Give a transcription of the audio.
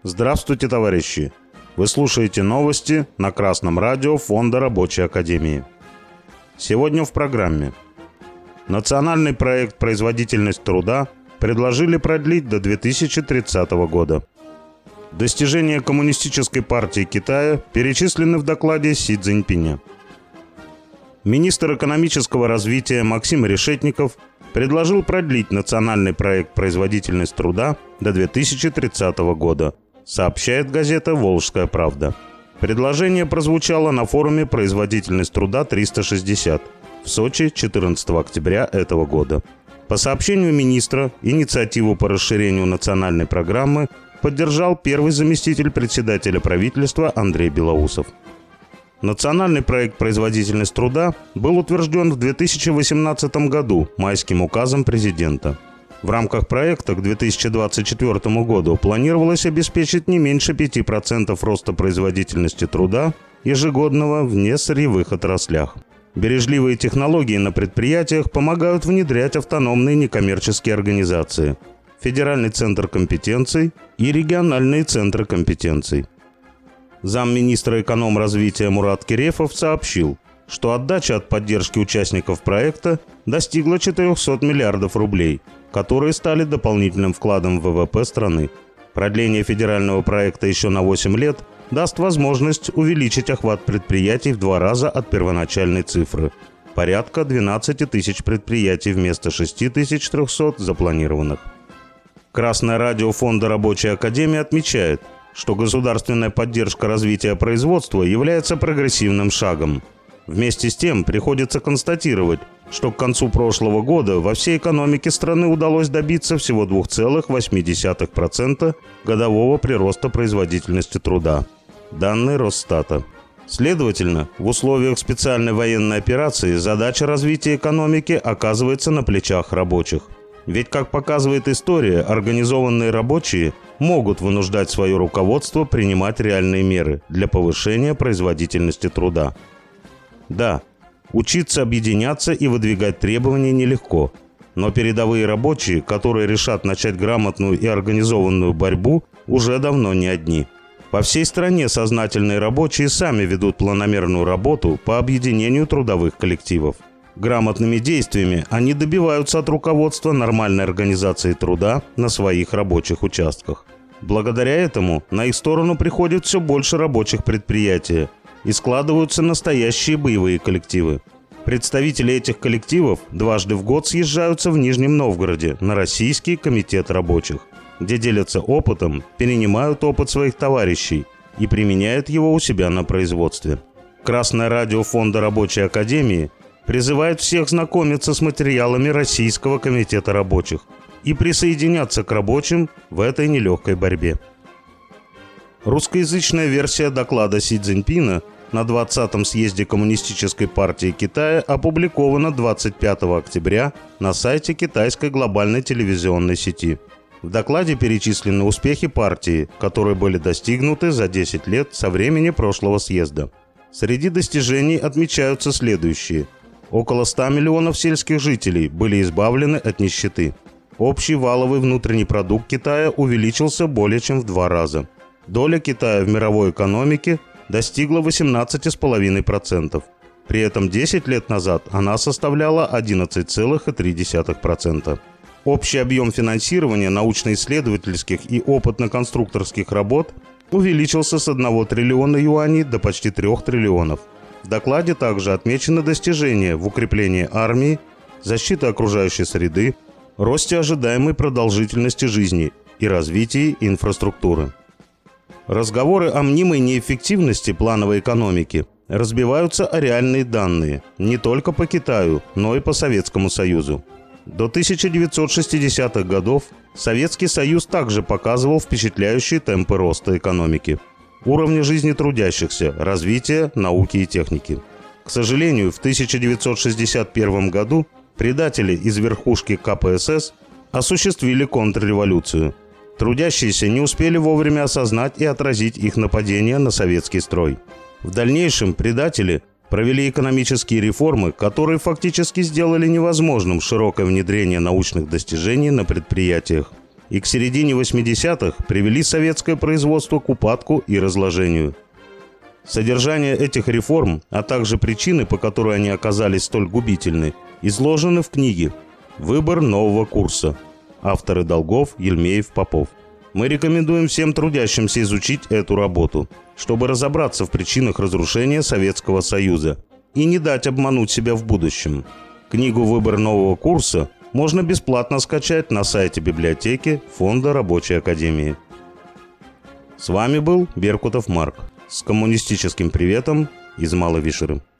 Здравствуйте, товарищи! Вы слушаете новости на Красном радио Фонда Рабочей Академии. Сегодня в программе. Национальный проект «Производительность труда» предложили продлить до 2030 года. Достижения Коммунистической партии Китая перечислены в докладе Си Цзиньпиня. Министр экономического развития Максим Решетников предложил продлить национальный проект «Производительность труда» до 2030 года, сообщает газета «Волжская правда». Предложение прозвучало на форуме «Производительность труда-360» в Сочи 14 октября этого года. По сообщению министра, инициативу по расширению национальной программы поддержал первый заместитель председателя правительства Андрей Белоусов. Национальный проект «Производительность труда» был утвержден в 2018 году майским указом президента. В рамках проекта к 2024 году планировалось обеспечить не меньше 5% роста производительности труда ежегодного в несырьевых отраслях. Бережливые технологии на предприятиях помогают внедрять автономные некоммерческие организации, Федеральный центр компетенций и региональные центры компетенций. Замминистра экономразвития Мурат Кирефов сообщил, что отдача от поддержки участников проекта достигла 400 миллиардов рублей, которые стали дополнительным вкладом в ВВП страны. Продление федерального проекта еще на 8 лет даст возможность увеличить охват предприятий в 2 раза от первоначальной цифры – порядка 12 тысяч предприятий вместо 6300 запланированных. Красное радио Фонда Рабочей Академии отмечает, что государственная поддержка развития производства является прогрессивным шагом. Вместе с тем приходится констатировать, что к концу прошлого года во всей экономике страны удалось добиться всего 2,8% годового прироста производительности труда. Данные Росстата. Следовательно, в условиях специальной военной операции задача развития экономики оказывается на плечах рабочих. Ведь, как показывает история, организованные рабочие могут вынуждать свое руководство принимать реальные меры для повышения производительности труда. Да, учиться объединяться и выдвигать требования нелегко, но передовые рабочие, которые решат начать грамотную и организованную борьбу, уже давно не одни. По всей стране сознательные рабочие сами ведут планомерную работу по объединению трудовых коллективов. Грамотными действиями они добиваются от руководства нормальной организации труда на своих рабочих участках. Благодаря этому на их сторону приходит все больше рабочих предприятий и складываются настоящие боевые коллективы. Представители этих коллективов дважды в год съезжаются в Нижнем Новгороде на Российский комитет рабочих, где делятся опытом, перенимают опыт своих товарищей и применяют его у себя на производстве. Красное радио Фонда Рабочей Академии призывает всех знакомиться с материалами Российского комитета рабочих и присоединяться к рабочим в этой нелегкой борьбе. Русскоязычная версия доклада Си Цзиньпина на 20-м съезде Коммунистической партии Китая опубликована 25 октября на сайте китайской глобальной телевизионной сети. В докладе перечислены успехи партии, которые были достигнуты за 10 лет со времени прошлого съезда. Среди достижений отмечаются следующие. Около 100 миллионов сельских жителей были избавлены от нищеты. Общий валовый внутренний продукт Китая увеличился более чем в 2 раза. Доля Китая в мировой экономике достигла 18,5%. При этом 10 лет назад она составляла 11,3%. Общий объем финансирования научно-исследовательских и опытно-конструкторских работ увеличился с 1 триллиона юаней до почти 3 триллионов. В докладе также отмечены достижения в укреплении армии, защите окружающей среды, росте ожидаемой продолжительности жизни и развитии инфраструктуры. Разговоры о мнимой неэффективности плановой экономики разбиваются о реальные данные не только по Китаю, но и по Советскому Союзу. До 1960-х годов Советский Союз также показывал впечатляющие темпы роста экономики, уровня жизни трудящихся, развития науки и техники. К сожалению, в 1961 году предатели из верхушки КПСС осуществили контрреволюцию. Трудящиеся не успели вовремя осознать и отразить их нападение на советский строй. В дальнейшем предатели провели экономические реформы, которые фактически сделали невозможным широкое внедрение научных достижений на предприятиях. и к середине 80-х привели советское производство к упадку и разложению. Содержание этих реформ, а также причины, по которой они оказались столь губительны, изложены в книге «Выбор нового курса». Авторы Долгов, Ельмеев, Попов. Мы рекомендуем всем трудящимся изучить эту работу, чтобы разобраться в причинах разрушения Советского Союза и не дать обмануть себя в будущем. Книгу «Выбор нового курса» можно бесплатно скачать на сайте библиотеки Фонда Рабочей Академии. С вами был Беркутов Марк с коммунистическим приветом из Малой Вишеры.